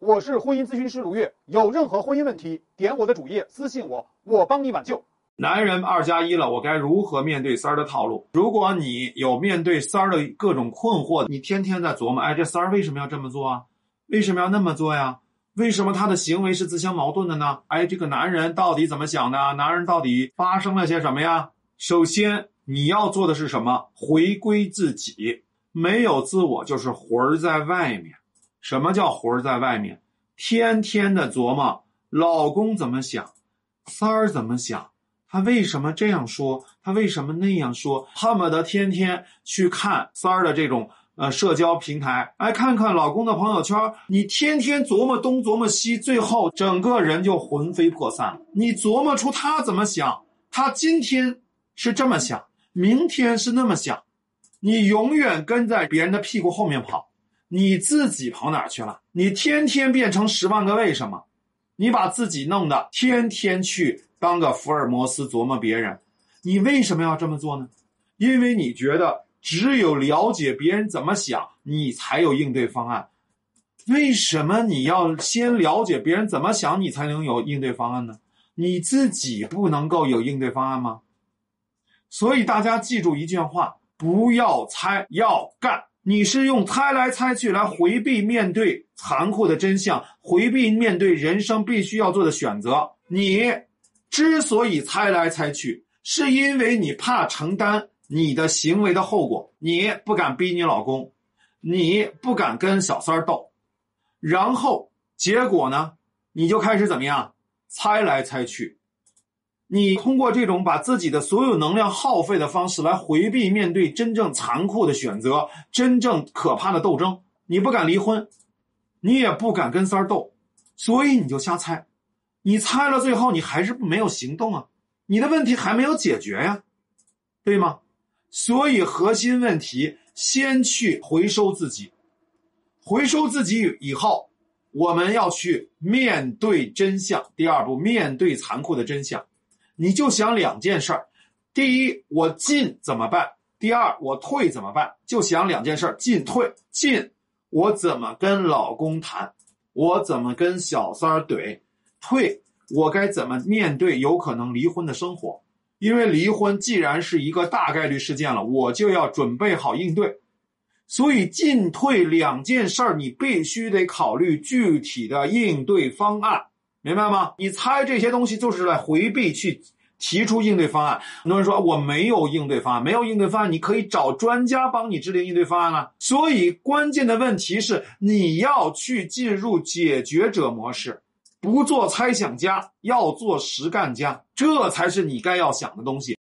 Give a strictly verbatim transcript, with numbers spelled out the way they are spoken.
我是婚姻咨询师卢月，有任何婚姻问题，点我的主页私信我，我帮你挽救。 男人二加一了，我该如何面对三儿的套路？如果你有面对三儿的各种困惑，你天天在琢磨，哎，这三儿为什么要这么做啊？为什么要那么做呀？为什么他的行为是自相矛盾的呢？哎，这个男人到底怎么想的？男人到底发生了些什么呀？首先你要做的是什么？回归自己，没有自我就是魂儿在外面。什么叫魂儿在外面？天天的琢磨老公怎么想，三儿怎么想，他为什么这样说，他为什么那样说，恨不得天天去看三儿的这种呃社交平台，哎，看看老公的朋友圈，你天天琢磨东琢磨西，最后整个人就魂飞魄散了。你琢磨出他怎么想，他今天是这么想，明天是那么想，你永远跟在别人的屁股后面跑，你自己跑哪儿去了？你天天变成十万个为什么，你把自己弄得天天去当个福尔摩斯琢磨别人，你为什么要这么做呢？因为你觉得只有了解别人怎么想，你才有应对方案。为什么你要先了解别人怎么想，你才能有应对方案呢？你自己不能够有应对方案吗？所以大家记住一句话，不要猜，要干。你是用猜来猜去来回避面对残酷的真相，回避面对人生必须要做的选择。你之所以猜来猜去，是因为你怕承担你的行为的后果，你不敢逼你老公，你不敢跟小三儿斗，然后结果呢，你就开始怎么样？猜来猜去。你通过这种把自己的所有能量耗费的方式来回避面对真正残酷的选择，真正可怕的斗争。你不敢离婚，你也不敢跟三儿斗，所以你就瞎猜。你猜了，最后你还是没有行动啊，你的问题还没有解决呀，对吗？所以核心问题，先去回收自己，回收自己以后，我们要去面对真相。第二步，面对残酷的真相。你就想两件事儿，第一，我进怎么办？第二，我退怎么办？就想两件事儿，进退。进，我怎么跟老公谈？我怎么跟小三儿怼？退，我该怎么面对有可能离婚的生活？因为离婚既然是一个大概率事件了，我就要准备好应对。所以进退两件事儿，你必须得考虑具体的应对方案。明白吗？你猜这些东西就是来回避去提出应对方案。很多人说我没有应对方案，没有应对方案，你可以找专家帮你制定应对方案啊。所以关键的问题是你要去进入解决者模式，不做猜想家，要做实干家，这才是你该要想的东西。